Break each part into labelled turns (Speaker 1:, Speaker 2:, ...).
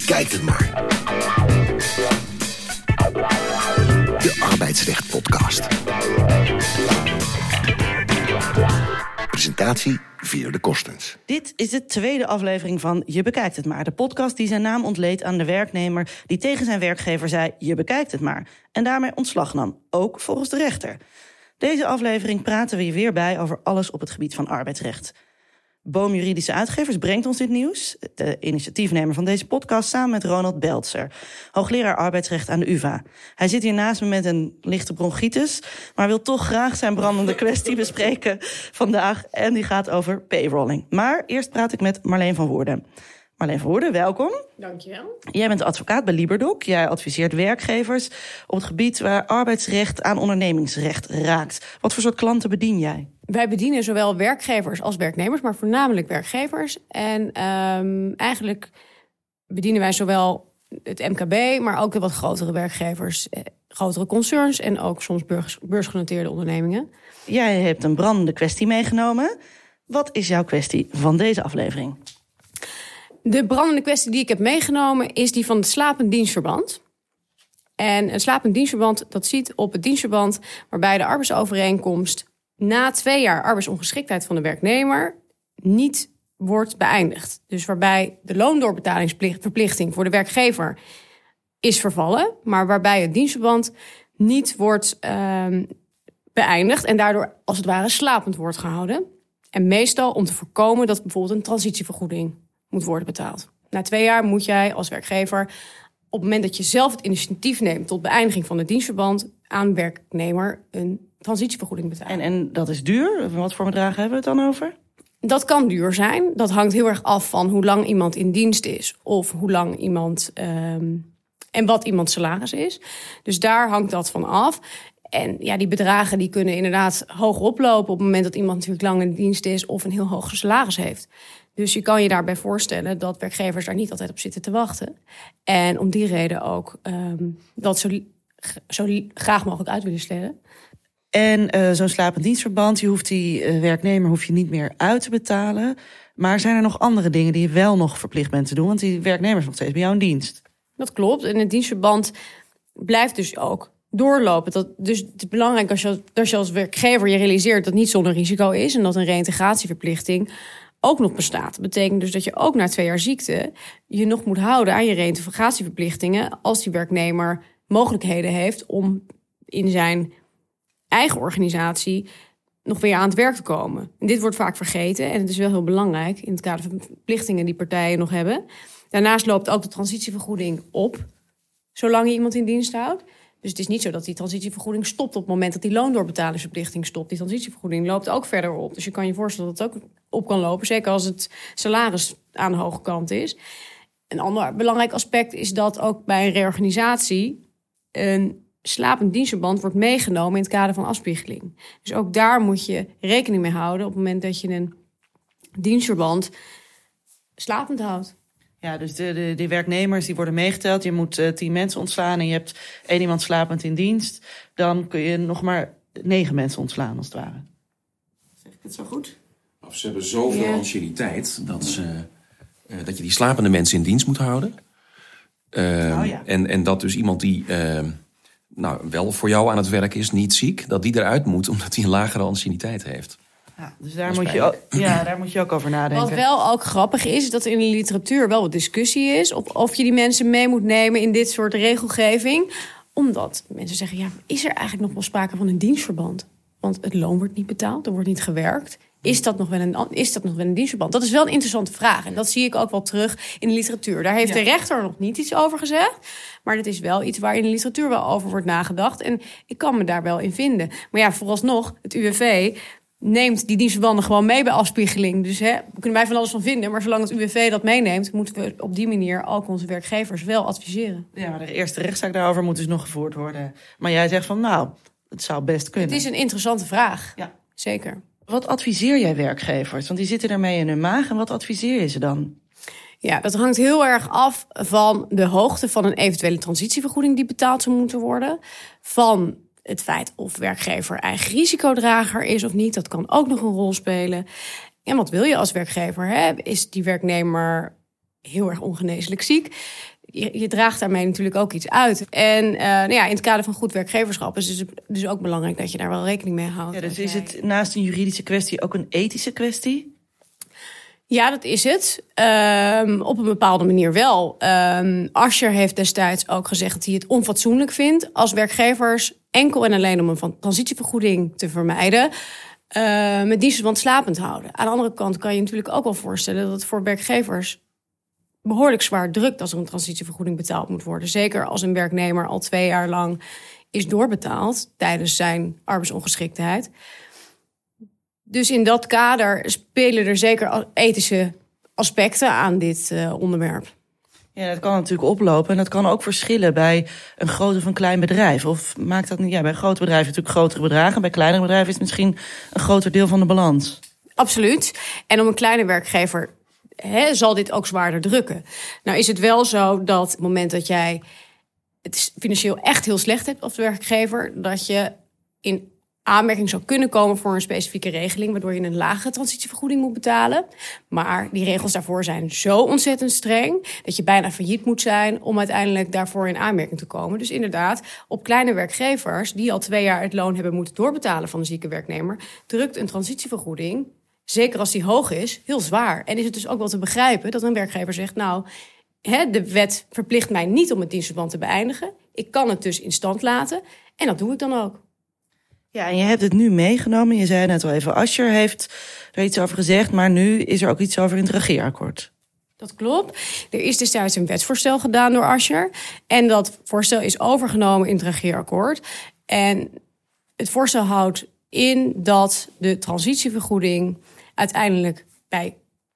Speaker 1: bekijkt het maar. De Arbeidsrecht Podcast. Presentatie Veer de Kostens.
Speaker 2: Dit is de tweede aflevering van Je bekijkt het maar. De podcast die zijn naam ontleent aan de werknemer die tegen zijn werkgever zei: je bekijkt het maar. En daarmee ontslag nam, ook volgens de rechter. Deze aflevering praten we je weer bij over alles op het gebied van arbeidsrecht. Boom Juridische Uitgevers brengt ons dit nieuws. De initiatiefnemer van deze podcast samen met Ronald Beltzer, hoogleraar arbeidsrecht aan de UvA. Hij zit hier naast me met een lichte bronchitis, maar wil toch graag zijn brandende kwestie bespreken vandaag. En die gaat over payrolling. Maar eerst praat ik met Marleen van Woerden. Marleen van Woerden, welkom.
Speaker 3: Dankjewel.
Speaker 2: Jij bent advocaat bij Liberdoc. Jij adviseert werkgevers op het gebied waar arbeidsrecht aan ondernemingsrecht raakt. Wat voor soort klanten bedien jij?
Speaker 3: Wij bedienen zowel werkgevers als werknemers, maar voornamelijk werkgevers. En eigenlijk bedienen wij zowel het MKB, maar ook de wat grotere werkgevers, grotere concerns en ook soms beursgenoteerde ondernemingen.
Speaker 2: Jij hebt een brandende kwestie meegenomen. Wat is jouw kwestie van deze aflevering?
Speaker 3: De brandende kwestie die ik heb meegenomen is die van het slapend dienstverband. En een slapend dienstverband, dat ziet op het dienstverband waarbij de arbeidsovereenkomst na 2 jaar arbeidsongeschiktheid van de werknemer niet wordt beëindigd. Dus waarbij de loondoorbetalingsverplichting voor de werkgever is vervallen, maar waarbij het dienstverband niet wordt beëindigd en daardoor als het ware slapend wordt gehouden. En meestal om te voorkomen dat bijvoorbeeld een transitievergoeding moet worden betaald. Na 2 jaar moet jij als werkgever, op het moment dat je zelf het initiatief neemt tot beëindiging van het dienstverband, aan werknemer een transitievergoeding betalen.
Speaker 2: En dat is duur? Wat voor bedragen hebben we het dan over?
Speaker 3: Dat kan duur zijn. Dat hangt heel erg af van hoe lang iemand in dienst is of hoe lang iemand en wat iemands salaris is. Dus daar hangt dat van af. En ja, die bedragen die kunnen inderdaad hoog oplopen op het moment dat iemand natuurlijk lang in dienst is of een heel hoog salaris heeft. Dus je kan je daarbij voorstellen dat werkgevers daar niet altijd op zitten te wachten. En om die reden ook dat zo graag mogelijk uit willen stellen.
Speaker 2: En zo'n slapend dienstverband, je hoeft die werknemer hoef je niet meer uit te betalen. Maar zijn er nog andere dingen die je wel nog verplicht bent te doen? Want die werknemer is nog steeds bij jou in dienst.
Speaker 3: Dat klopt. En het dienstverband blijft dus ook doorlopen. Dus het is belangrijk als je als werkgever je realiseert dat het niet zonder risico is en dat een reïntegratieverplichting ook nog bestaat. Dat betekent dus dat je ook na 2 jaar ziekte je nog moet houden aan je reïntegratieverplichtingen als die werknemer mogelijkheden heeft om in zijn eigen organisatie nog weer aan het werk te komen. En dit wordt vaak vergeten en het is wel heel belangrijk in het kader van verplichtingen die partijen nog hebben. Daarnaast loopt ook de transitievergoeding op, zolang je iemand in dienst houdt. Dus het is niet zo dat die transitievergoeding stopt op het moment dat die loondoorbetalingsverplichting stopt. Die transitievergoeding loopt ook verder op. Dus je kan je voorstellen dat het ook op kan lopen, zeker als het salaris aan de hoge kant is. Een ander belangrijk aspect is dat ook bij een reorganisatie een slapend dienstverband wordt meegenomen in het kader van afspiegeling. Dus ook daar moet je rekening mee houden op het moment dat je een dienstverband slapend houdt.
Speaker 2: Ja, dus die werknemers die worden meegeteld. Je moet 10 mensen ontslaan en je hebt 1 iemand slapend in dienst. Dan kun je nog maar 9 mensen ontslaan, als het ware. Zeg ik het zo goed?
Speaker 4: Of ze hebben zoveel anciëniteit dat je die slapende mensen in dienst moet houden. En dat dus iemand die wel voor jou aan het werk is, niet ziek, dat die eruit moet omdat hij een lagere anciëniteit heeft.
Speaker 2: Ja, dus daar moet je ook over nadenken.
Speaker 3: Wat wel ook grappig is dat er in de literatuur wel wat discussie is of je die mensen mee moet nemen in dit soort regelgeving. Omdat mensen zeggen, ja, is er eigenlijk nog wel sprake van een dienstverband? Want het loon wordt niet betaald, er wordt niet gewerkt. Is dat nog wel een dienstverband? Dat is wel een interessante vraag. En dat zie ik ook wel terug in de literatuur. Daar heeft de rechter nog niet iets over gezegd. Maar dat is wel iets waar in de literatuur wel over wordt nagedacht. En ik kan me daar wel in vinden. Maar ja, vooralsnog, het UWV neemt die dienstverbanden gewoon mee bij afspiegeling. Dus we kunnen wij van alles van vinden. Maar zolang het UWV dat meeneemt, moeten we op die manier ook onze werkgevers wel adviseren.
Speaker 2: Ja, maar de eerste rechtszaak daarover moet dus nog gevoerd worden. Maar jij zegt van, het zou best kunnen.
Speaker 3: Het is een interessante vraag.
Speaker 2: Ja.
Speaker 3: Zeker.
Speaker 2: Wat adviseer jij werkgevers? Want die zitten daarmee in hun maag. En wat adviseer je ze dan?
Speaker 3: Ja, dat hangt heel erg af van de hoogte van een eventuele transitievergoeding die betaald zou moeten worden. Van het feit of werkgever eigen risicodrager is of niet. Dat kan ook nog een rol spelen. En wat wil je als werkgever? Is die werknemer heel erg ongeneeslijk ziek? je draagt daarmee natuurlijk ook iets uit. En in het kader van goed werkgeverschap is het dus ook belangrijk dat je daar wel rekening mee houdt.
Speaker 2: Ja, dus is het naast een juridische kwestie ook een ethische kwestie?
Speaker 3: Ja, dat is het. Op een bepaalde manier wel. Asscher heeft destijds ook gezegd dat hij het onfatsoenlijk vindt als werkgevers enkel en alleen om een transitievergoeding te vermijden, met dienstverband slapend houden. Aan de andere kant kan je natuurlijk ook wel voorstellen dat het voor werkgevers behoorlijk zwaar drukt als er een transitievergoeding betaald moet worden. Zeker als een werknemer al 2 jaar lang is doorbetaald tijdens zijn arbeidsongeschiktheid. Dus in dat kader spelen er zeker ethische aspecten aan dit onderwerp.
Speaker 2: Ja, dat kan natuurlijk oplopen en dat kan ook verschillen bij een groot of een klein bedrijf. Of maakt dat niet? Ja, bij grote bedrijven natuurlijk grotere bedragen. Bij kleinere bedrijven is het misschien een groter deel van de balans.
Speaker 3: Absoluut. En om een kleine werkgever zal dit ook zwaarder drukken. Nou is het wel zo dat op het moment dat jij het financieel echt heel slecht hebt als werkgever, dat je in aanmerking zou kunnen komen voor een specifieke regeling, waardoor je een lagere transitievergoeding moet betalen. Maar die regels daarvoor zijn zo ontzettend streng dat je bijna failliet moet zijn om uiteindelijk daarvoor in aanmerking te komen. Dus inderdaad, op kleine werkgevers die al 2 jaar het loon hebben moeten doorbetalen van een zieke werknemer, drukt een transitievergoeding, zeker als die hoog is, heel zwaar. En is het dus ook wel te begrijpen dat een werkgever zegt, nou, de wet verplicht mij niet om het dienstverband te beëindigen. Ik kan het dus in stand laten en dat doe ik dan ook.
Speaker 2: Ja, en je hebt het nu meegenomen. Je zei net al even, Asscher heeft er iets over gezegd, maar nu is er ook iets over in het regeerakkoord.
Speaker 3: Dat klopt. Er is destijds een wetsvoorstel gedaan door Asscher. En dat voorstel is overgenomen in het regeerakkoord. En het voorstel houdt in dat de transitievergoeding uiteindelijk bij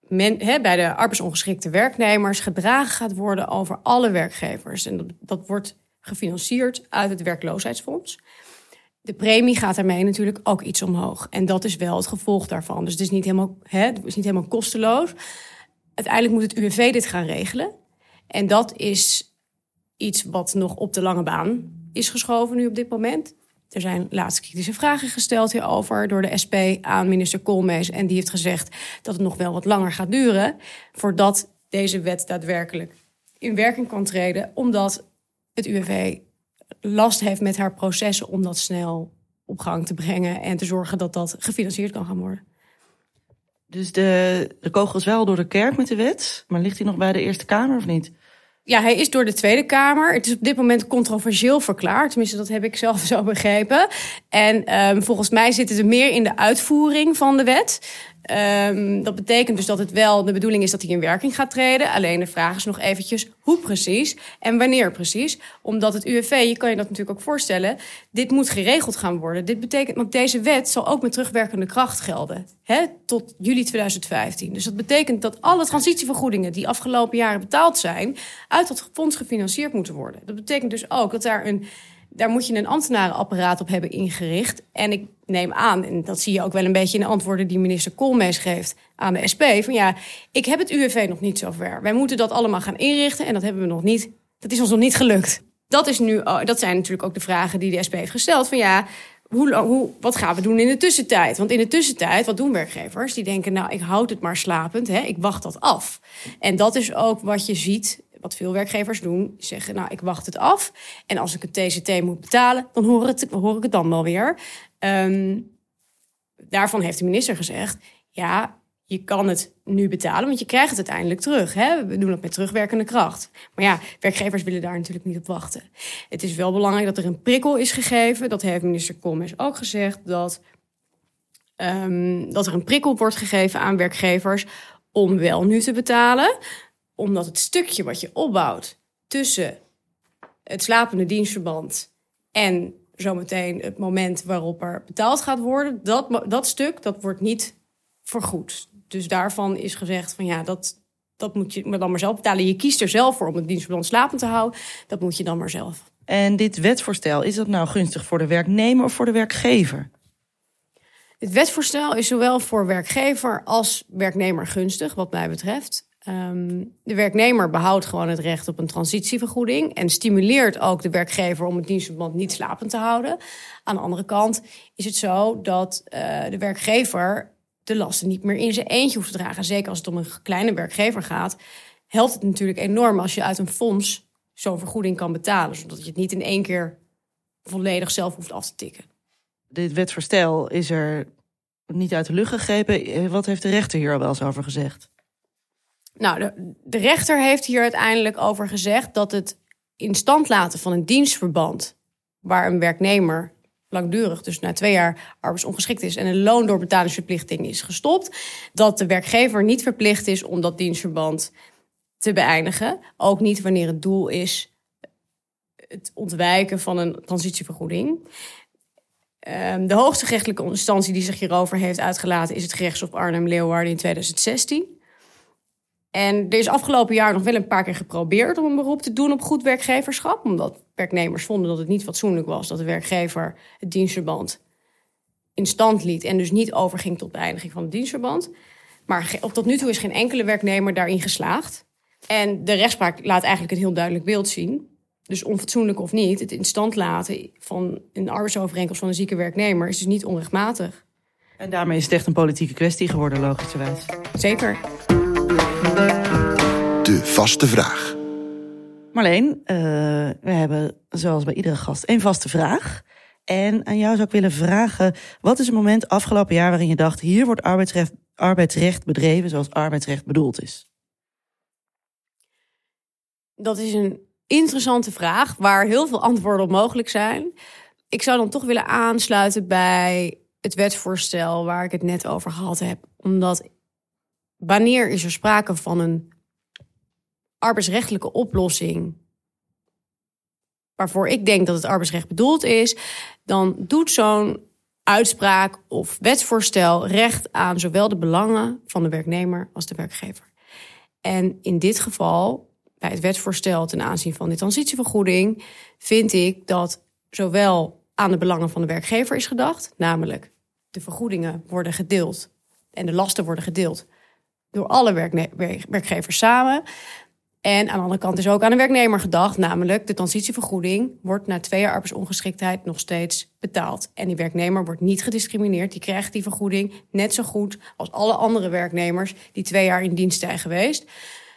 Speaker 3: de arbeidsongeschikte werknemers gedragen gaat worden over alle werkgevers. En dat wordt gefinancierd uit het werkloosheidsfonds. De premie gaat daarmee natuurlijk ook iets omhoog. En dat is wel het gevolg daarvan. Dus het is niet helemaal kosteloos. Uiteindelijk moet het UWV dit gaan regelen. En dat is iets wat nog op de lange baan is geschoven nu op dit moment. Er zijn laatst kritische vragen gesteld hierover door de SP aan minister Koolmees. En die heeft gezegd dat het nog wel wat langer gaat duren voordat deze wet daadwerkelijk in werking kan treden. Omdat het UWV last heeft met haar processen om dat snel op gang te brengen en te zorgen dat dat gefinancierd kan gaan worden.
Speaker 2: Dus de kogel is wel door de kerk met de wet, maar ligt hij nog bij de Eerste Kamer of niet?
Speaker 3: Ja, hij is door de Tweede Kamer. Het is op dit moment controversieel verklaard. Tenminste, dat heb ik zelf zo begrepen. En volgens mij zit het er meer in de uitvoering van de wet. Dat betekent dus dat het wel de bedoeling is dat hij in werking gaat treden. Alleen de vraag is nog eventjes hoe precies en wanneer precies. Omdat het UWV, je kan je dat natuurlijk ook voorstellen, dit moet geregeld gaan worden. Dit betekent, want deze wet zal ook met terugwerkende kracht gelden. Tot juli 2015. Dus dat betekent dat alle transitievergoedingen die afgelopen jaren betaald zijn, uit dat fonds gefinancierd moeten worden. Dat betekent dus ook dat daar moet je een ambtenarenapparaat op hebben ingericht. En ik neem aan, en dat zie je ook wel een beetje in de antwoorden die minister Koolmees geeft aan de SP, van ja, ik heb het UWV nog niet zover. Wij moeten dat allemaal gaan inrichten en dat hebben we nog niet. Dat is ons nog niet gelukt. Dat zijn natuurlijk ook de vragen die de SP heeft gesteld. Van ja, wat gaan we doen in de tussentijd? Want in de tussentijd, wat doen werkgevers? Die denken, nou, ik houd het maar slapend. Ik wacht dat af. En dat is ook wat je ziet, wat veel werkgevers doen. Die zeggen, nou, ik wacht het af. En als ik het TCT moet betalen, dan hoor ik het dan wel weer. Daarvan heeft de minister gezegd, ja, je kan het nu betalen, want je krijgt het uiteindelijk terug. We doen het met terugwerkende kracht. Maar ja, werkgevers willen daar natuurlijk niet op wachten. Het is wel belangrijk dat er een prikkel is gegeven. Dat heeft minister Koolmees ook gezegd. Dat er een prikkel wordt gegeven aan werkgevers om wel nu te betalen. Omdat het stukje wat je opbouwt tussen het slapende dienstverband en zometeen het moment waarop er betaald gaat worden, dat stuk, dat wordt niet vergoed. Dus daarvan is gezegd van ja, dat moet je dan maar zelf betalen. Je kiest er zelf voor om het dienstverband slapend te houden. Dat moet je dan maar zelf.
Speaker 2: En dit wetsvoorstel, is dat nou gunstig voor de werknemer of voor de werkgever?
Speaker 3: Het wetsvoorstel is zowel voor werkgever als werknemer gunstig, wat mij betreft. De werknemer behoudt gewoon het recht op een transitievergoeding en stimuleert ook de werkgever om het dienstverband niet slapend te houden. Aan de andere kant is het zo dat de werkgever de lasten niet meer in zijn eentje hoeft te dragen. Zeker als het om een kleine werkgever gaat. helpt het natuurlijk enorm als je uit een fonds zo'n vergoeding kan betalen. Zodat je het niet in één keer volledig zelf hoeft af te tikken.
Speaker 2: Dit wetsvoorstel is er niet uit de lucht gegrepen. Wat heeft de rechter hier al wel eens over gezegd?
Speaker 3: Nou, de rechter heeft hier uiteindelijk over gezegd dat het in stand laten van een dienstverband waar een werknemer langdurig, dus na 2 jaar arbeidsongeschikt is en een loondoorbetalingsverplichting is gestopt, dat de werkgever niet verplicht is om dat dienstverband te beëindigen. Ook niet wanneer het doel is het ontwijken van een transitievergoeding. De hoogste gerechtelijke instantie die zich hierover heeft uitgelaten is het gerechtshof Arnhem-Leeuwarden in 2016. En er is afgelopen jaar nog wel een paar keer geprobeerd om een beroep te doen op goed werkgeverschap. Omdat werknemers vonden dat het niet fatsoenlijk was dat de werkgever het dienstverband in stand liet en dus niet overging tot beëindiging van het dienstverband. Maar tot nu toe is geen enkele werknemer daarin geslaagd. En de rechtspraak laat eigenlijk een heel duidelijk beeld zien. Dus onfatsoenlijk of niet, het in stand laten van een arbeidsovereenkomst van een zieke werknemer is dus niet onrechtmatig.
Speaker 2: En daarmee is het echt een politieke kwestie geworden, logischerwijs.
Speaker 3: Zeker.
Speaker 1: De vaste vraag.
Speaker 2: Marleen, we hebben zoals bij iedere gast 1 vaste vraag. En aan jou zou ik willen vragen, wat is het moment afgelopen jaar waarin je dacht, hier wordt arbeidsrecht bedreven zoals arbeidsrecht bedoeld is?
Speaker 3: Dat is een interessante vraag waar heel veel antwoorden op mogelijk zijn. Ik zou dan toch willen aansluiten bij het wetsvoorstel waar ik het net over gehad heb. Omdat wanneer is er sprake van een arbeidsrechtelijke oplossing waarvoor ik denk dat het arbeidsrecht bedoeld is, dan doet zo'n uitspraak of wetsvoorstel recht aan zowel de belangen van de werknemer als de werkgever. En in dit geval, bij het wetsvoorstel ten aanzien van de transitievergoeding, vind ik dat zowel aan de belangen van de werkgever is gedacht, namelijk de vergoedingen worden gedeeld en de lasten worden gedeeld door alle werkgevers samen. En aan de andere kant is ook aan de werknemer gedacht, namelijk de transitievergoeding wordt na 2 jaar arbeidsongeschiktheid nog steeds betaald. En die werknemer wordt niet gediscrimineerd, die krijgt die vergoeding net zo goed als alle andere werknemers die 2 jaar in dienst zijn geweest.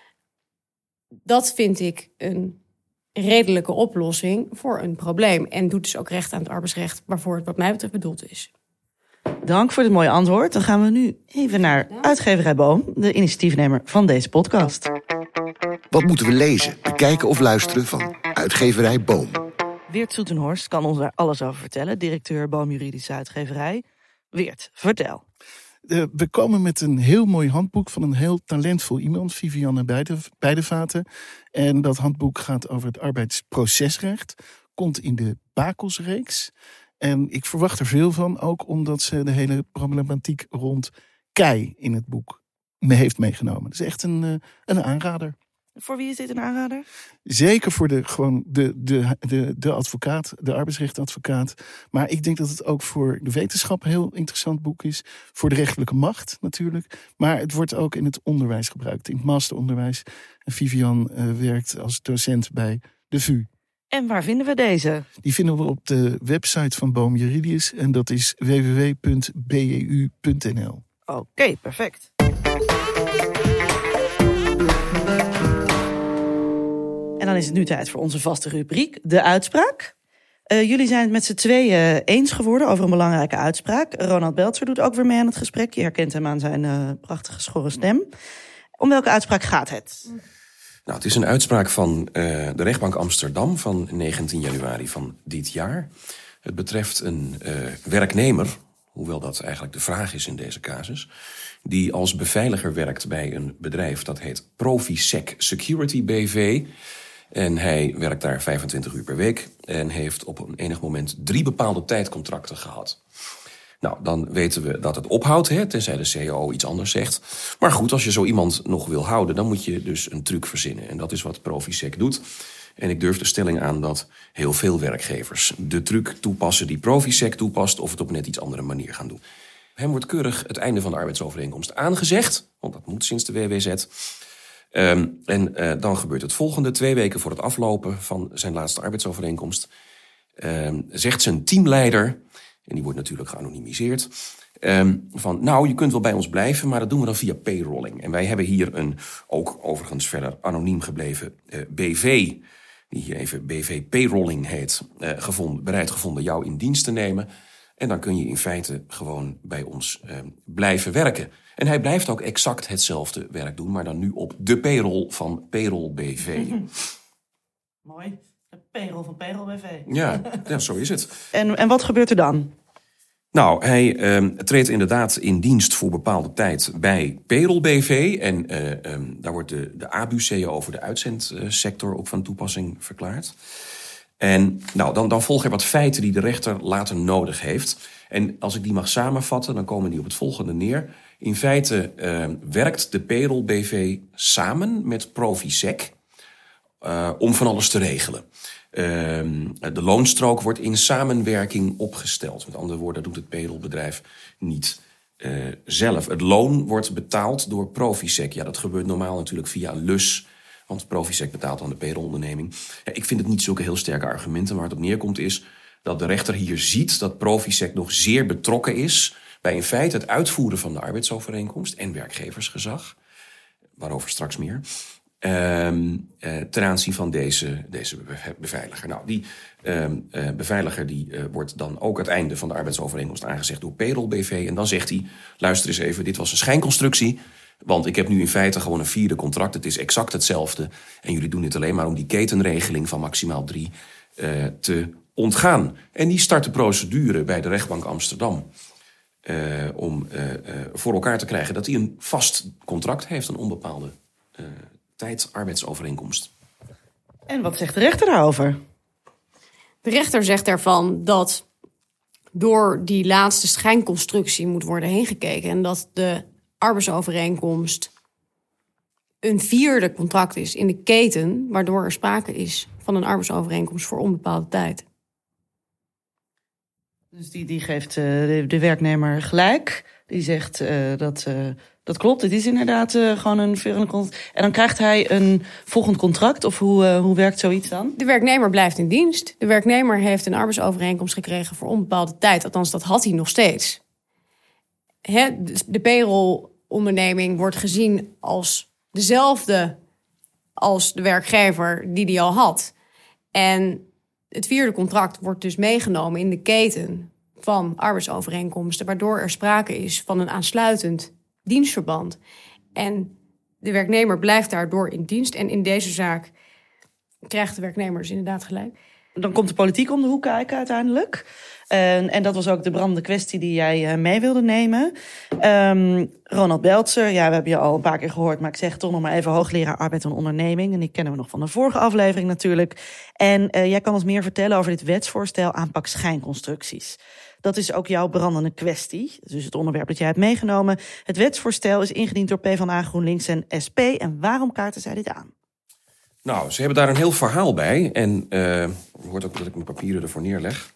Speaker 3: Dat vind ik een redelijke oplossing voor een probleem. En doet dus ook recht aan het arbeidsrecht waarvoor het wat mij betreft bedoeld is.
Speaker 2: Dank voor dit mooie antwoord. Dan gaan we nu even naar Uitgeverij Boom, de initiatiefnemer van deze podcast.
Speaker 1: Wat moeten we lezen, bekijken of luisteren van Uitgeverij Boom?
Speaker 2: Weert Soetenhorst kan ons daar alles over vertellen. Directeur Boom Juridische Uitgeverij. Weert, vertel.
Speaker 5: We komen met een heel mooi handboek van een heel talentvol iemand, Vivianne Beidevaten. En dat handboek gaat over het arbeidsprocesrecht. Komt in de Bakelsreeks. En ik verwacht er veel van, ook omdat ze de hele problematiek rond KEI in het boek heeft meegenomen. Dat is echt een aanrader.
Speaker 2: Voor wie is dit een aanrader?
Speaker 5: Zeker voor de advocaat, de arbeidsrechtadvocaat. Maar ik denk dat het ook voor de wetenschap een heel interessant boek is. Voor de rechterlijke macht natuurlijk. Maar het wordt ook in het onderwijs gebruikt, in het masteronderwijs. En Vivian werkt als docent bij de VU.
Speaker 2: En waar vinden we deze?
Speaker 5: Die vinden we op de website van Boom Juridisch. En dat is www.beu.nl.
Speaker 2: Oké, perfect. En dan is het nu tijd voor onze vaste rubriek, de uitspraak. Jullie zijn het met z'n tweeën eens geworden over een belangrijke uitspraak. Ronald Belzer doet ook weer mee aan het gesprek. Je herkent hem aan zijn prachtige schorre stem. Om welke uitspraak gaat het?
Speaker 4: Nou, het is een uitspraak van de rechtbank Amsterdam van 19 januari van dit jaar. Het betreft een werknemer, hoewel dat eigenlijk de vraag is in deze casus, die als beveiliger werkt bij een bedrijf dat heet Provisec Security BV. En hij werkt daar 25 uur per week en heeft op een enig moment 3 bepaalde tijdcontracten gehad. Nou, dan weten we dat het ophoudt, tenzij de CEO iets anders zegt. Maar goed, als je zo iemand nog wil houden, dan moet je dus een truc verzinnen. En dat is wat Provisec doet. En ik durf de stelling aan dat heel veel werkgevers de truc toepassen die Provisec toepast, of het op een net iets andere manier gaan doen. Hem wordt keurig het einde van de arbeidsovereenkomst aangezegd, want dat moet sinds de WWZ. Dan gebeurt het volgende. 2 weken voor het aflopen van zijn laatste arbeidsovereenkomst zegt zijn teamleider, en die wordt natuurlijk geanonimiseerd, Van, nou, je kunt wel bij ons blijven, maar dat doen we dan via payrolling. En wij hebben hier een, ook overigens verder anoniem gebleven, BV... die hier even BV Payrolling heet, bereid gevonden jou in dienst te nemen. En dan kun je in feite gewoon bij ons blijven werken. En hij blijft ook exact hetzelfde werk doen, maar dan nu op de payroll van Payroll BV.
Speaker 2: Mooi. De payroll van Payroll BV.
Speaker 4: Ja, zo is het.
Speaker 2: En wat gebeurt er dan?
Speaker 4: Nou, hij treedt inderdaad in dienst voor bepaalde tijd bij Payroll BV. En daar wordt de ABUC over de uitzendsector ook van toepassing verklaard. En nou, dan volgen er wat feiten die de rechter later nodig heeft. En als ik die mag samenvatten, dan komen die op het volgende neer. In feite werkt de Payroll BV samen met Provisec om van alles te regelen. De loonstrook wordt in samenwerking opgesteld. Met andere woorden, dat doet het payrollbedrijf niet zelf. Het loon wordt betaald door Provisec. Ja, dat gebeurt normaal natuurlijk via LUS. Want Provisec betaalt aan de payrollonderneming. Ja, ik vind het niet zulke heel sterke argumenten. Maar waar het op neerkomt is dat de rechter hier ziet dat Provisec nog zeer betrokken is bij in feite het uitvoeren van de arbeidsovereenkomst en werkgeversgezag. Waarover straks meer. Ten aanzien van deze beveiliger. Nou, die beveiliger die wordt dan ook het einde van de arbeidsovereenkomst aangezegd door Payroll BV. En dan zegt hij, luister eens even, dit was een schijnconstructie. Want ik heb nu in feite gewoon een vierde contract. Het is exact hetzelfde. En jullie doen dit alleen maar om die ketenregeling van maximaal 3 te ontgaan. En die start de procedure bij de rechtbank Amsterdam. Om voor elkaar te krijgen dat hij een vast contract heeft, een onbepaalde tijd arbeidsovereenkomst.
Speaker 2: En wat zegt de rechter daarover?
Speaker 3: De rechter zegt daarvan dat door die laatste schijnconstructie moet worden heen gekeken en dat de arbeidsovereenkomst een vierde contract is in de keten, waardoor er sprake is van een arbeidsovereenkomst voor onbepaalde tijd.
Speaker 2: Dus die geeft de werknemer gelijk. Die zegt dat klopt, het is inderdaad gewoon een vierde contract. En dan krijgt hij een volgend contract? Of hoe werkt zoiets dan?
Speaker 3: De werknemer blijft in dienst. De werknemer heeft een arbeidsovereenkomst gekregen voor onbepaalde tijd. Althans, dat had hij nog steeds. De payrollonderneming wordt gezien als dezelfde als de werkgever die die al had. En het vierde contract wordt dus meegenomen in de keten van arbeidsovereenkomsten, waardoor er sprake is van een aansluitend dienstverband. En de werknemer blijft daardoor in dienst. En in deze zaak krijgt de werknemer dus inderdaad gelijk.
Speaker 2: Dan komt de politiek om de hoek kijken uiteindelijk. En dat was ook de brandende kwestie die jij mee wilde nemen. Ronald Belzer, ja, we hebben je al een paar keer gehoord, maar ik zeg toch nog maar even, hoogleraar arbeid en onderneming. En die kennen we nog van de vorige aflevering natuurlijk. En jij kan ons meer vertellen over dit wetsvoorstel aanpak schijnconstructies. Dat is ook jouw brandende kwestie. Dus het onderwerp dat jij hebt meegenomen. Het wetsvoorstel is ingediend door PvdA, GroenLinks en SP. En waarom kaarten zij dit aan?
Speaker 4: Nou, ze hebben daar een heel verhaal bij. En je hoort ook dat ik mijn papieren ervoor neerleg.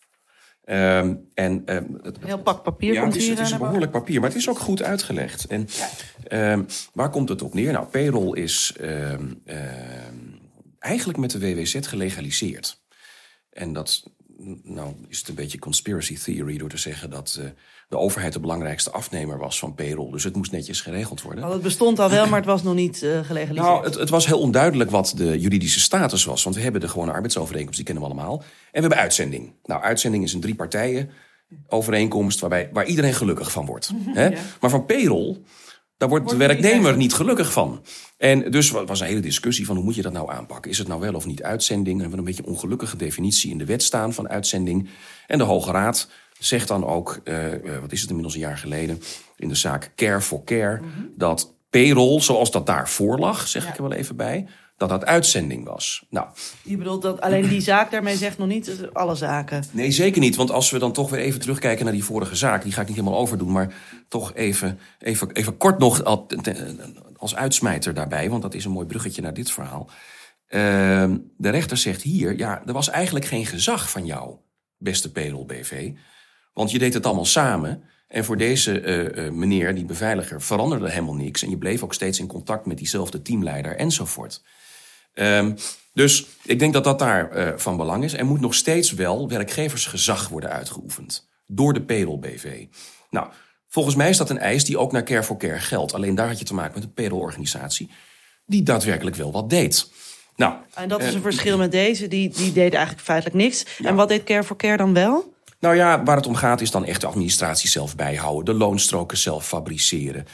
Speaker 2: Een heel pak papier komt hier.
Speaker 4: Het is een behoorlijk papier, maar het is ook goed uitgelegd. En waar komt het op neer? Nou, payroll is eigenlijk met de WWZ gelegaliseerd. En dat is het een beetje conspiracy theory door te zeggen dat de overheid de belangrijkste afnemer was van payroll. Dus het moest netjes geregeld worden.
Speaker 2: Het bestond al wel, maar het was nog niet gelegaliseerd.
Speaker 4: Nou, het was heel onduidelijk wat de juridische status was. Want we hebben de gewone arbeidsovereenkomst, die kennen we allemaal. En we hebben uitzending. Nou, uitzending is een 3-partijen overeenkomst waar iedereen gelukkig van wordt. Hè? Ja. Maar van payroll, daar wordt de werknemer niet gelukkig van. En dus was een hele discussie van hoe moet je dat nou aanpakken? Is het nou wel of niet uitzending? We hebben een beetje een ongelukkige definitie in de wet staan van uitzending. En de Hoge Raad zegt dan ook, wat is het inmiddels een jaar geleden, in de zaak Care for Care, dat payroll, zoals dat daarvoor lag, zeg ik er wel even bij, dat uitzending was. Nou,
Speaker 2: je bedoelt dat alleen die zaak daarmee zegt nog niet alle zaken?
Speaker 4: Nee, zeker niet. Want als we dan toch weer even terugkijken naar die vorige zaak, die ga ik niet helemaal overdoen, maar toch even kort nog als uitsmijter daarbij, want dat is een mooi bruggetje naar dit verhaal. De rechter zegt hier, ja, er was eigenlijk geen gezag van jou, beste Payroll BV, want je deed het allemaal samen. En voor deze meneer, die beveiliger, veranderde helemaal niks. En je bleef ook steeds in contact met diezelfde teamleider enzovoort. Dus ik denk dat dat daar van belang is. Er moet nog steeds wel werkgeversgezag worden uitgeoefend door de Payroll BV. Nou, volgens mij is dat een eis die ook naar Care for Care geldt. Alleen daar had je te maken met een payroll-organisatie die daadwerkelijk wel wat deed. Nou,
Speaker 2: en dat is een verschil met deze. Die deed eigenlijk feitelijk niks.
Speaker 4: Ja.
Speaker 2: En wat deed Care for Care dan wel?
Speaker 4: Nou ja, waar het om gaat is dan echt de administratie zelf bijhouden. De loonstroken zelf fabriceren.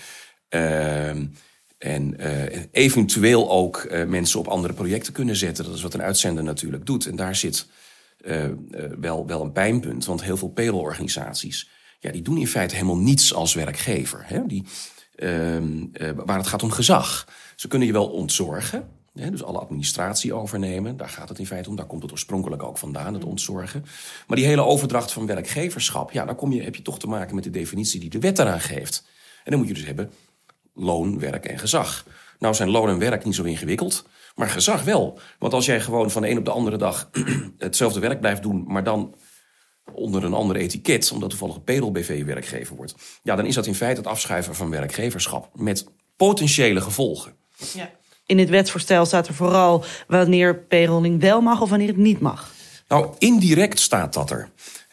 Speaker 4: En eventueel ook mensen op andere projecten kunnen zetten. Dat is wat een uitzender natuurlijk doet. En daar zit wel een pijnpunt. Want heel veel payroll-organisaties, die doen in feite helemaal niets als werkgever. Hè? Waar het gaat om gezag. Ze kunnen je wel ontzorgen. Dus alle administratie overnemen, daar gaat het in feite om. Daar komt het oorspronkelijk ook vandaan, het ontzorgen. Maar die hele overdracht van werkgeverschap, dan heb je toch te maken met de definitie die de wet eraan geeft. En dan moet je dus hebben loon, werk en gezag. Nou zijn loon en werk niet zo ingewikkeld, maar gezag wel. Want als jij gewoon van de een op de andere dag hetzelfde werk blijft doen, maar dan onder een ander etiket, omdat toevallig een payroll-BV werkgever wordt, dan is dat in feite het afschuiven van werkgeverschap met potentiële gevolgen.
Speaker 2: Ja. In dit wetsvoorstel staat er vooral wanneer payrolling wel mag of wanneer het niet mag.
Speaker 4: Nou, indirect staat dat er.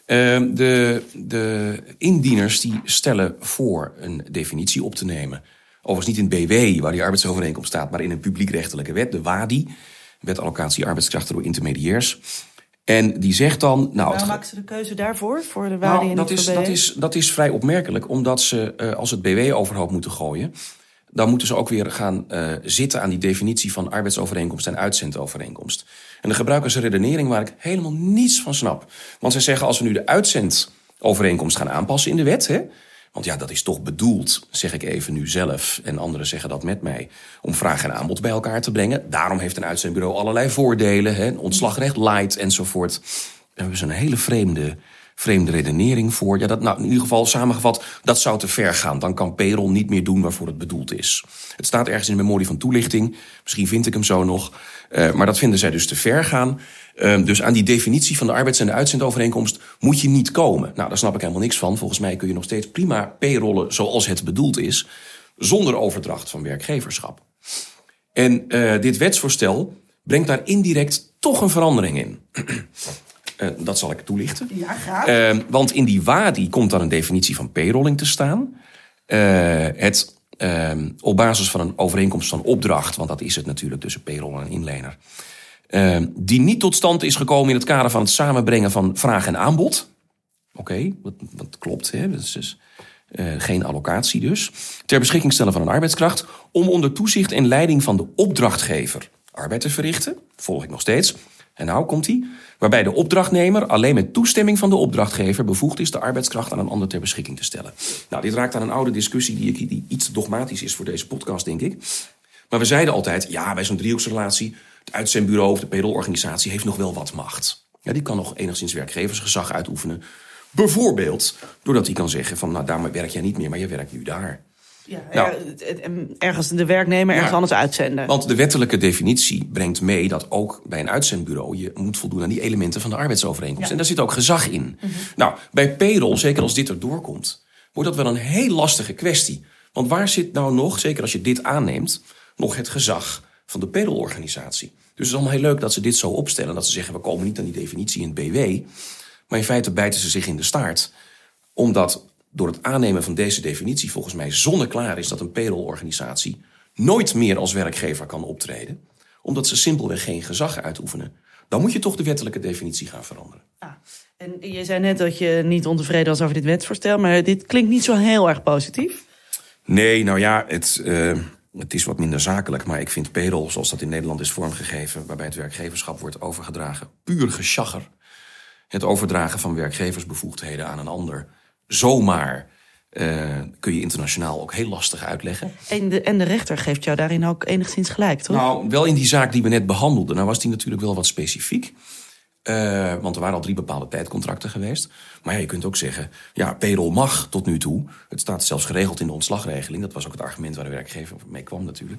Speaker 4: De indieners die stellen voor een definitie op te nemen. Overigens niet in het BW, waar die arbeidsovereenkomst staat, maar in een publiekrechtelijke wet, de WADI, Wet Allocatie Arbeidskrachten door Intermediairs. En die zegt dan...
Speaker 2: Waarom maken ze de keuze daarvoor? Voor de WADI en
Speaker 4: dat is vrij opmerkelijk, omdat ze als het BW overhoop moeten gooien, dan moeten ze ook weer gaan zitten aan die definitie van arbeidsovereenkomst en uitzendovereenkomst. En dan gebruiken ze redenering waar ik helemaal niets van snap. Want zij zeggen, als we nu de uitzendovereenkomst gaan aanpassen in de wet, want dat is toch bedoeld, zeg ik even nu zelf, en anderen zeggen dat met mij, om vraag en aanbod bij elkaar te brengen. Daarom heeft een uitzendbureau allerlei voordelen, ontslagrecht light enzovoort. Daar hebben ze een hele vreemde redenering voor. In ieder geval samengevat, dat zou te ver gaan. Dan kan payroll niet meer doen waarvoor het bedoeld is. Het staat ergens in de memorie van toelichting. Misschien vind ik hem zo nog. Maar dat vinden zij dus te ver gaan. Dus aan die definitie van de arbeids- en de uitzendovereenkomst moet je niet komen. Nou, daar snap ik helemaal niks van. Volgens mij kun je nog steeds prima payrollen zoals het bedoeld is, zonder overdracht van werkgeverschap. En dit wetsvoorstel brengt daar indirect toch een verandering in. Dat zal ik toelichten.
Speaker 2: Ja, graag.
Speaker 4: Want in die WADI komt dan een definitie van payrolling te staan. Op basis van een overeenkomst van opdracht, want dat is het natuurlijk tussen payroll en een inlener, die niet tot stand is gekomen in het kader van het samenbrengen van vraag en aanbod. Oké, dat klopt. Dat is dus geen allocatie dus. Ter beschikking stellen van een arbeidskracht om onder toezicht en leiding van de opdrachtgever arbeid te verrichten. Volg ik nog steeds. En nou komt hij. Waarbij de opdrachtnemer alleen met toestemming van de opdrachtgever bevoegd is de arbeidskracht aan een ander ter beschikking te stellen. Nou, dit raakt aan een oude discussie die iets dogmatisch is voor deze podcast, denk ik. Maar we zeiden altijd, bij zo'n driehoeksrelatie, het uitzendbureau of de payrollorganisatie heeft nog wel wat macht. Ja, die kan nog enigszins werkgeversgezag uitoefenen. Bijvoorbeeld doordat hij kan zeggen van, daar werk jij niet meer, maar je werkt nu daar.
Speaker 2: Ja, ergens de werknemer ergens anders uitzenden.
Speaker 4: Want de wettelijke definitie brengt mee dat ook bij een uitzendbureau je moet voldoen aan die elementen van de arbeidsovereenkomst. Ja. En daar zit ook gezag in. Mm-hmm. Nou, bij payroll, zeker als dit erdoor komt, wordt dat wel een heel lastige kwestie. Want waar zit nou nog, zeker als je dit aanneemt, nog het gezag van de payrollorganisatie? Dus het is allemaal heel leuk dat ze dit zo opstellen. Dat ze zeggen, we komen niet aan die definitie in het BW. Maar in feite bijten ze zich in de staart. Omdat door het aannemen van deze definitie volgens mij zonneklaar is dat een payrollorganisatie nooit meer als werkgever kan optreden, omdat ze simpelweg geen gezag uitoefenen. Dan moet je toch de wettelijke definitie gaan veranderen.
Speaker 2: En je zei net dat je niet ontevreden was over dit wetsvoorstel, maar dit klinkt niet zo heel erg positief.
Speaker 4: Nee, het is wat minder zakelijk, maar ik vind payroll, zoals dat in Nederland is vormgegeven, waarbij het werkgeverschap wordt overgedragen, puur geschagger. Het overdragen van werkgeversbevoegdheden aan een ander zomaar kun je internationaal ook heel lastig uitleggen.
Speaker 2: En de rechter geeft jou daarin ook enigszins gelijk, toch?
Speaker 4: Nou, wel in die zaak die we net behandelden. Nou was die natuurlijk wel wat specifiek. Want er waren al 3 bepaalde tijdcontracten geweest. Maar je kunt ook zeggen, payroll mag tot nu toe. Het staat zelfs geregeld in de ontslagregeling. Dat was ook het argument waar de werkgever mee kwam natuurlijk.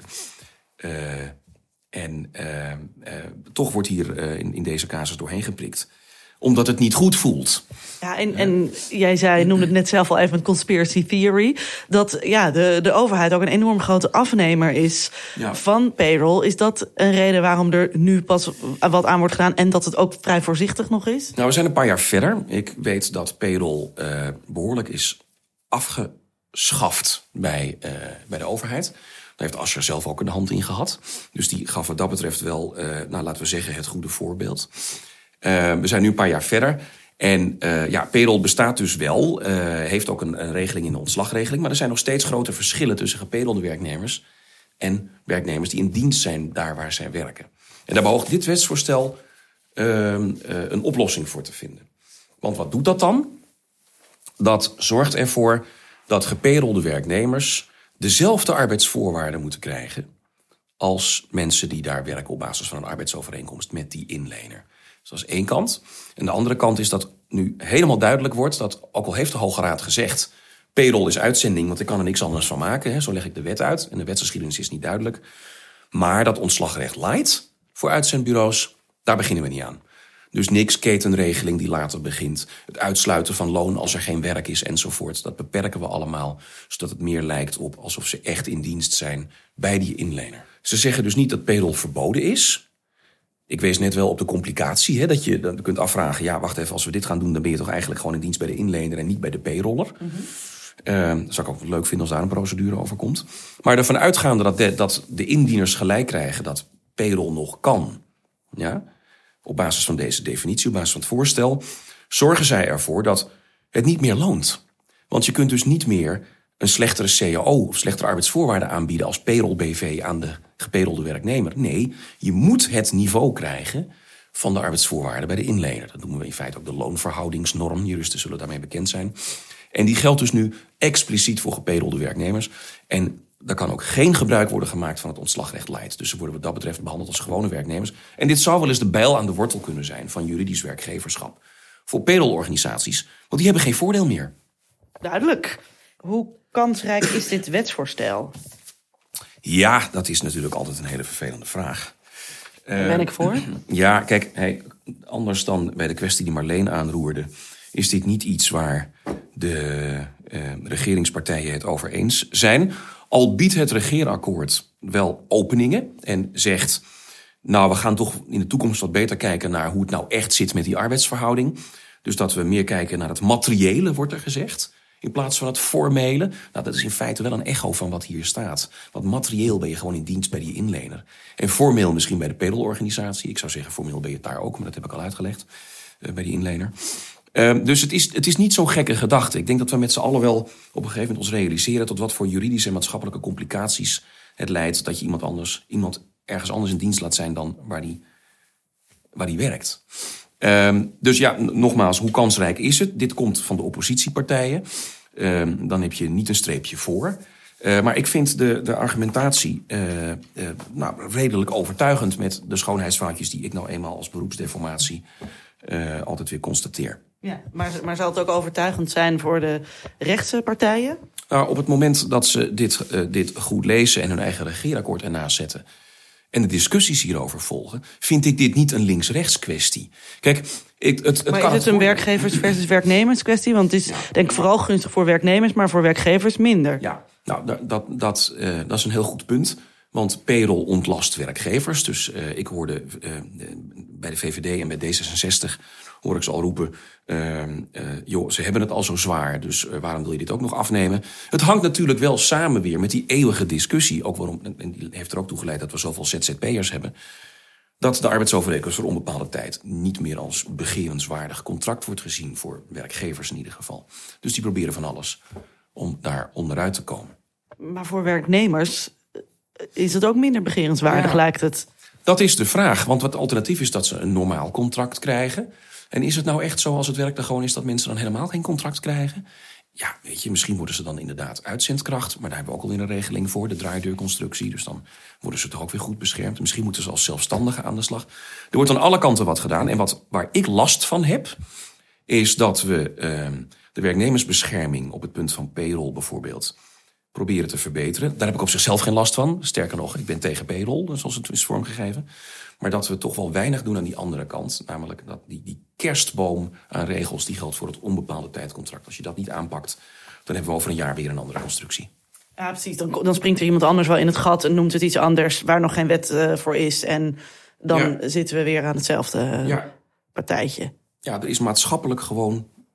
Speaker 4: Toch wordt hier in deze casus doorheen geprikt, omdat het niet goed voelt.
Speaker 2: Ja, en jij noemde het net zelf al even een conspiracy theory, dat de overheid ook een enorm grote afnemer is van payroll. Is dat een reden waarom er nu pas wat aan wordt gedaan en dat het ook vrij voorzichtig nog is?
Speaker 4: Nou, we zijn een paar jaar verder. Ik weet dat payroll behoorlijk is afgeschaft bij de overheid. Daar heeft Asscher zelf ook een hand in gehad. Dus die gaf wat dat betreft wel, laten we zeggen, het goede voorbeeld. We zijn nu een paar jaar verder. En payroll bestaat dus wel, heeft ook een regeling in de ontslagregeling. Maar er zijn nog steeds grote verschillen tussen gepayrolde werknemers en werknemers die in dienst zijn daar waar zij werken. En daar beoogt dit wetsvoorstel een oplossing voor te vinden. Want wat doet dat dan? Dat zorgt ervoor dat gepayrolde werknemers dezelfde arbeidsvoorwaarden moeten krijgen als mensen die daar werken op basis van een arbeidsovereenkomst met die inlener. Dus dat is één kant. En de andere kant is dat nu helemaal duidelijk wordt dat, ook al heeft de Hoge Raad gezegd, payroll is uitzending, want ik kan er niks anders van maken. Hè, zo leg ik de wet uit en de wetsgeschiedenis is niet duidelijk. Maar dat ontslagrecht light voor uitzendbureaus, daar beginnen we niet aan. Dus niks ketenregeling die later begint. Het uitsluiten van loon als er geen werk is enzovoort. Dat beperken we allemaal, zodat het meer lijkt op alsof ze echt in dienst zijn bij die inlener. Ze zeggen dus niet dat payroll verboden is. Ik wees net wel op de complicatie, hè, dat je dan kunt afvragen, ja, wacht even, als we dit gaan doen, dan ben je toch eigenlijk gewoon in dienst bij de inlener en niet bij de payroller. Dat zou ik ook leuk vinden als daar een procedure over komt. Maar ervan uitgaande dat de indieners gelijk krijgen dat payroll nog kan, ja, op basis van deze definitie, op basis van het voorstel, zorgen zij ervoor dat het niet meer loont. Want je kunt dus niet meer een slechtere CAO of slechtere arbeidsvoorwaarden aanbieden als payroll BV aan de gepayrolde werknemer. Nee, je moet het niveau krijgen van de arbeidsvoorwaarden bij de inlener. Dat noemen we in feite ook de loonverhoudingsnorm. Juristen zullen daarmee bekend zijn. En die geldt dus nu expliciet voor gepayrolde werknemers. En daar kan ook geen gebruik worden gemaakt van het ontslagrecht light. Dus ze worden wat dat betreft behandeld als gewone werknemers. En dit zou wel eens de bijl aan de wortel kunnen zijn van juridisch werkgeverschap voor payrollorganisaties. Want die hebben geen voordeel meer.
Speaker 2: Duidelijk. Hoe kansrijk is dit wetsvoorstel?
Speaker 4: Ja, dat is natuurlijk altijd een hele vervelende vraag.
Speaker 2: Daar ben ik voor.
Speaker 4: Ja, kijk, anders dan bij de kwestie die Marleen aanroerde, is dit niet iets waar de regeringspartijen het over eens zijn. Al biedt het regeerakkoord wel openingen en zegt, nou, we gaan toch in de toekomst wat beter kijken naar hoe het nou echt zit met die arbeidsverhouding. Dus dat we meer kijken naar het materiële, wordt er gezegd, in plaats van het formele. Nou, dat is in feite wel een echo van wat hier staat. Want materieel ben je gewoon in dienst bij die inlener. En formeel misschien bij de payrollorganisatie. Ik zou zeggen, formeel ben je het daar ook, maar dat heb ik al uitgelegd bij die inlener. Dus het is niet zo'n gekke gedachte. Ik denk dat we met z'n allen wel op een gegeven moment ons realiseren tot wat voor juridische en maatschappelijke complicaties het leidt dat je iemand ergens anders in dienst laat zijn dan waar die werkt. Dus ja, nogmaals, hoe kansrijk is het? Dit komt van de oppositiepartijen. Dan heb je niet een streepje voor. Maar ik vind de argumentatie redelijk overtuigend met de schoonheidsfoutjes die ik nou eenmaal als beroepsdeformatie altijd weer constateer.
Speaker 2: Ja, maar zal het ook overtuigend zijn voor de rechtse partijen?
Speaker 4: Nou, op het moment dat ze dit goed lezen en hun eigen regeerakkoord ernaast zetten en de discussies hierover volgen, vind ik dit niet een links-rechts kwestie. Kijk,
Speaker 2: maar is het een werkgevers versus werknemers kwestie? Want het is denk ik vooral gunstig voor werknemers, maar voor werkgevers minder.
Speaker 4: Ja, nou, dat is een heel goed punt. Want payroll ontlast werkgevers. Dus ik hoorde bij de VVD en bij D66 hoor ik ze al roepen, joh, ze hebben het al zo zwaar, dus waarom wil je dit ook nog afnemen? Het hangt natuurlijk wel samen weer met die eeuwige discussie, ook waarom, en die heeft er ook toe geleid dat we zoveel ZZP'ers hebben, dat de arbeidsovereenkomst voor onbepaalde tijd niet meer als begerenswaardig contract wordt gezien, voor werkgevers in ieder geval. Dus die proberen van alles om daar onderuit te komen.
Speaker 2: Maar voor werknemers is het ook minder begerenswaardig, lijkt het.
Speaker 4: Dat is de vraag, want het alternatief is dat ze een normaal contract krijgen. En is het nou echt zo als het werk er gewoon is dat mensen dan helemaal geen contract krijgen? Ja, weet je, misschien worden ze dan inderdaad uitzendkracht, maar daar hebben we ook al in een regeling voor, de draaideurconstructie. Dus dan worden ze toch ook weer goed beschermd. Misschien moeten ze als zelfstandigen aan de slag. Er wordt aan alle kanten wat gedaan. En waar ik last van heb, is dat we de werknemersbescherming op het punt van payroll bijvoorbeeld proberen te verbeteren. Daar heb ik op zichzelf geen last van. Sterker nog, ik ben tegen payroll, zoals het is vormgegeven. Maar dat we toch wel weinig doen aan die andere kant. Namelijk dat die kerstboom aan regels, die geldt voor het onbepaalde tijdcontract. Als je dat niet aanpakt, dan hebben we over een jaar weer een andere constructie.
Speaker 2: Ja, precies. Dan springt er iemand anders wel in het gat en noemt het iets anders waar nog geen wet voor is. En dan zitten we weer aan hetzelfde partijtje.
Speaker 4: Ja, er is maatschappelijk gewoon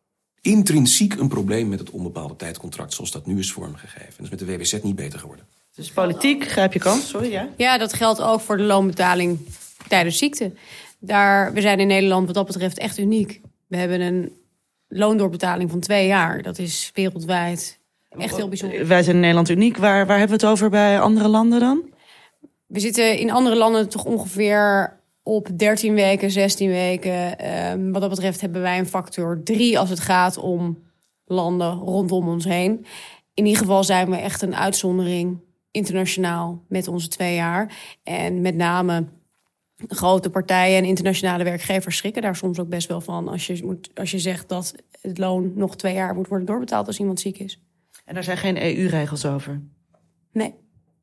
Speaker 4: intrinsiek een probleem met het onbepaalde tijdcontract zoals dat nu is vormgegeven. Dat is met de WWZ niet beter geworden.
Speaker 2: Dus politiek, grijp je kans. Sorry, ja?
Speaker 3: Ja, dat geldt ook voor de loonbetaling tijdens ziekte. We zijn in Nederland wat dat betreft echt uniek. We hebben een loondoorbetaling van 2 jaar. Dat is wereldwijd echt heel bijzonder.
Speaker 2: Wij zijn in Nederland uniek. Waar hebben we het over bij andere landen dan?
Speaker 3: We zitten in andere landen toch ongeveer op 13 weken, 16 weken. Wat dat betreft hebben wij een factor 3 als het gaat om landen rondom ons heen. In ieder geval zijn we echt een uitzondering internationaal met onze 2 jaar. En met name grote partijen en internationale werkgevers schrikken daar soms ook best wel van. Als je zegt dat het loon nog 2 jaar moet worden doorbetaald als iemand ziek is.
Speaker 2: En daar zijn geen EU-regels over?
Speaker 3: Nee.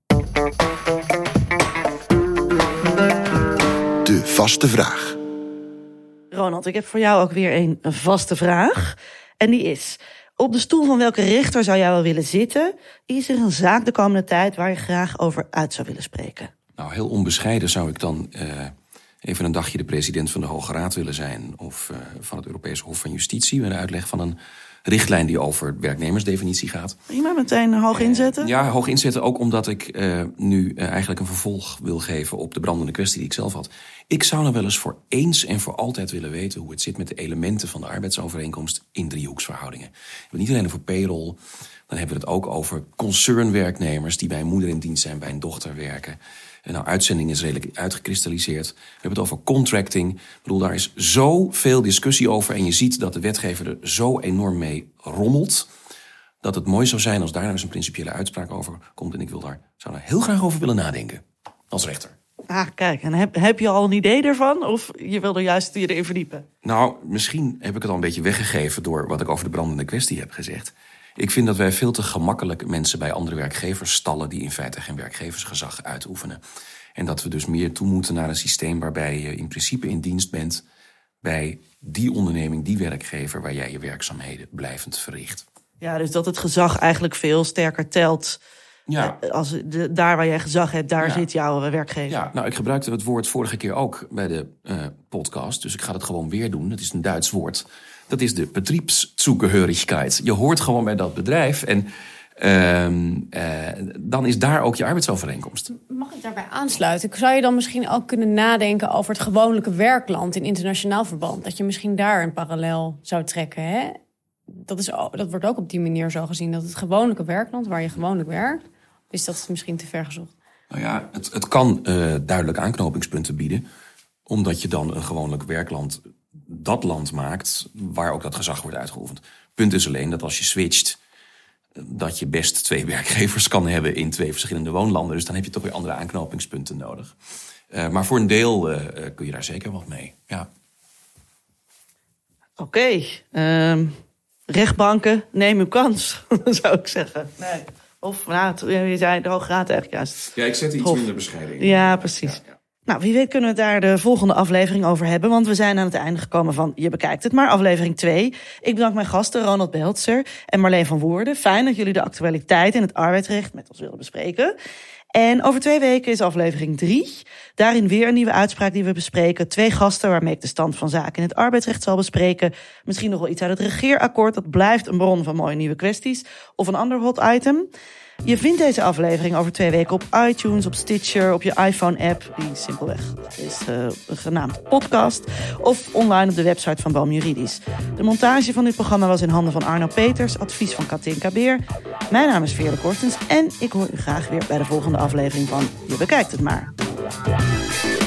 Speaker 1: De vaste vraag.
Speaker 2: Ronald, ik heb voor jou ook weer een vaste vraag. En die is: op de stoel van welke rechter zou jij wel willen zitten? Is er een zaak de komende tijd waar je graag over uit zou willen spreken?
Speaker 4: Nou, heel onbescheiden zou ik dan even een dagje de president van de Hoge Raad willen zijn. Of van het Europese Hof van Justitie. Met de uitleg van een richtlijn die over werknemersdefinitie gaat.
Speaker 2: Je maar meteen hoog inzetten?
Speaker 4: Ja, hoog inzetten. Ook omdat ik nu eigenlijk een vervolg wil geven op de brandende kwestie die ik zelf had. Ik zou nou wel eens voor eens en voor altijd willen weten hoe het zit met de elementen van de arbeidsovereenkomst in driehoeksverhoudingen. We hebben niet alleen over payroll. Dan hebben we het ook over concernwerknemers die bij een moeder in dienst zijn, bij een dochter werken. En nou, uitzending is redelijk uitgekristalliseerd. We hebben het over contracting. Ik bedoel, daar is zoveel discussie over. En je ziet dat de wetgever er zo enorm mee rommelt, dat het mooi zou zijn als daar nou eens een principiële uitspraak over komt. En ik zou daar heel graag over willen nadenken, als rechter.
Speaker 2: Ah, kijk, en heb je al een idee ervan? Of je wil er juist je erin verdiepen?
Speaker 4: Nou, misschien heb ik het al een beetje weggegeven door wat ik over de brandende kwestie heb gezegd. Ik vind dat wij veel te gemakkelijk mensen bij andere werkgevers stallen die in feite geen werkgeversgezag uitoefenen. En dat we dus meer toe moeten naar een systeem waarbij je in principe in dienst bent bij die onderneming, die werkgever waar jij je werkzaamheden blijvend verricht.
Speaker 2: Ja, dus dat het gezag eigenlijk veel sterker telt.
Speaker 4: Ja.
Speaker 2: Daar waar jij gezag hebt, daar zit jouw werkgever.
Speaker 4: Ja, nou, ik gebruikte het woord vorige keer ook bij de podcast, dus ik ga het gewoon weer doen. Het is een Duits woord. Dat is de Betriebszugehörigkeit. Je hoort gewoon bij dat bedrijf en dan is daar ook je arbeidsovereenkomst.
Speaker 3: Mag ik daarbij aansluiten? Zou je dan misschien ook kunnen nadenken over het gewone werkland in internationaal verband? Dat je misschien daar een parallel zou trekken, hè? Dat wordt ook op die manier zo gezien, dat het gewone werkland waar je gewoonlijk werkt, is dat misschien te ver gezocht?
Speaker 4: Nou ja, het kan duidelijk aanknopingspunten bieden, omdat je dan een gewoonlijk werkland dat land maakt waar ook dat gezag wordt uitgeoefend. Punt is alleen dat als je switcht, dat je best 2 werkgevers kan hebben in 2 verschillende woonlanden. Dus dan heb je toch weer andere aanknopingspunten nodig. Maar voor een deel kun je daar zeker wat mee. Ja.
Speaker 2: Oké. Rechtbanken, neem uw kans, zou ik zeggen. Nee. Of, je zei de Hoge Raad eigenlijk juist.
Speaker 4: Ja, ik zet iets minder bescheiden in.
Speaker 2: Ja, precies. Ja. Nou, wie weet kunnen we het daar de volgende aflevering over hebben. Want we zijn aan het einde gekomen van Je Bekijkt Het Maar, aflevering 2. Ik bedank mijn gasten Ronald Beltzer en Marleen van Woerden. Fijn dat jullie de actualiteit in het arbeidsrecht met ons willen bespreken. En over 2 weken is aflevering 3. Daarin weer een nieuwe uitspraak die we bespreken. 2 gasten waarmee ik de stand van zaken in het arbeidsrecht zal bespreken. Misschien nog wel iets uit het regeerakkoord. Dat blijft een bron van mooie nieuwe kwesties. Of een ander hot item. Je vindt deze aflevering over 2 weken op iTunes, op Stitcher, op je iPhone-app, die simpelweg is genaamd podcast, of online op de website van Boom Juridisch. De montage van dit programma was in handen van Arno Peters, advies van Katinka Beer. Mijn naam is Veerle Kortens en ik hoor u graag weer bij de volgende aflevering van Je Bekijkt Het Maar.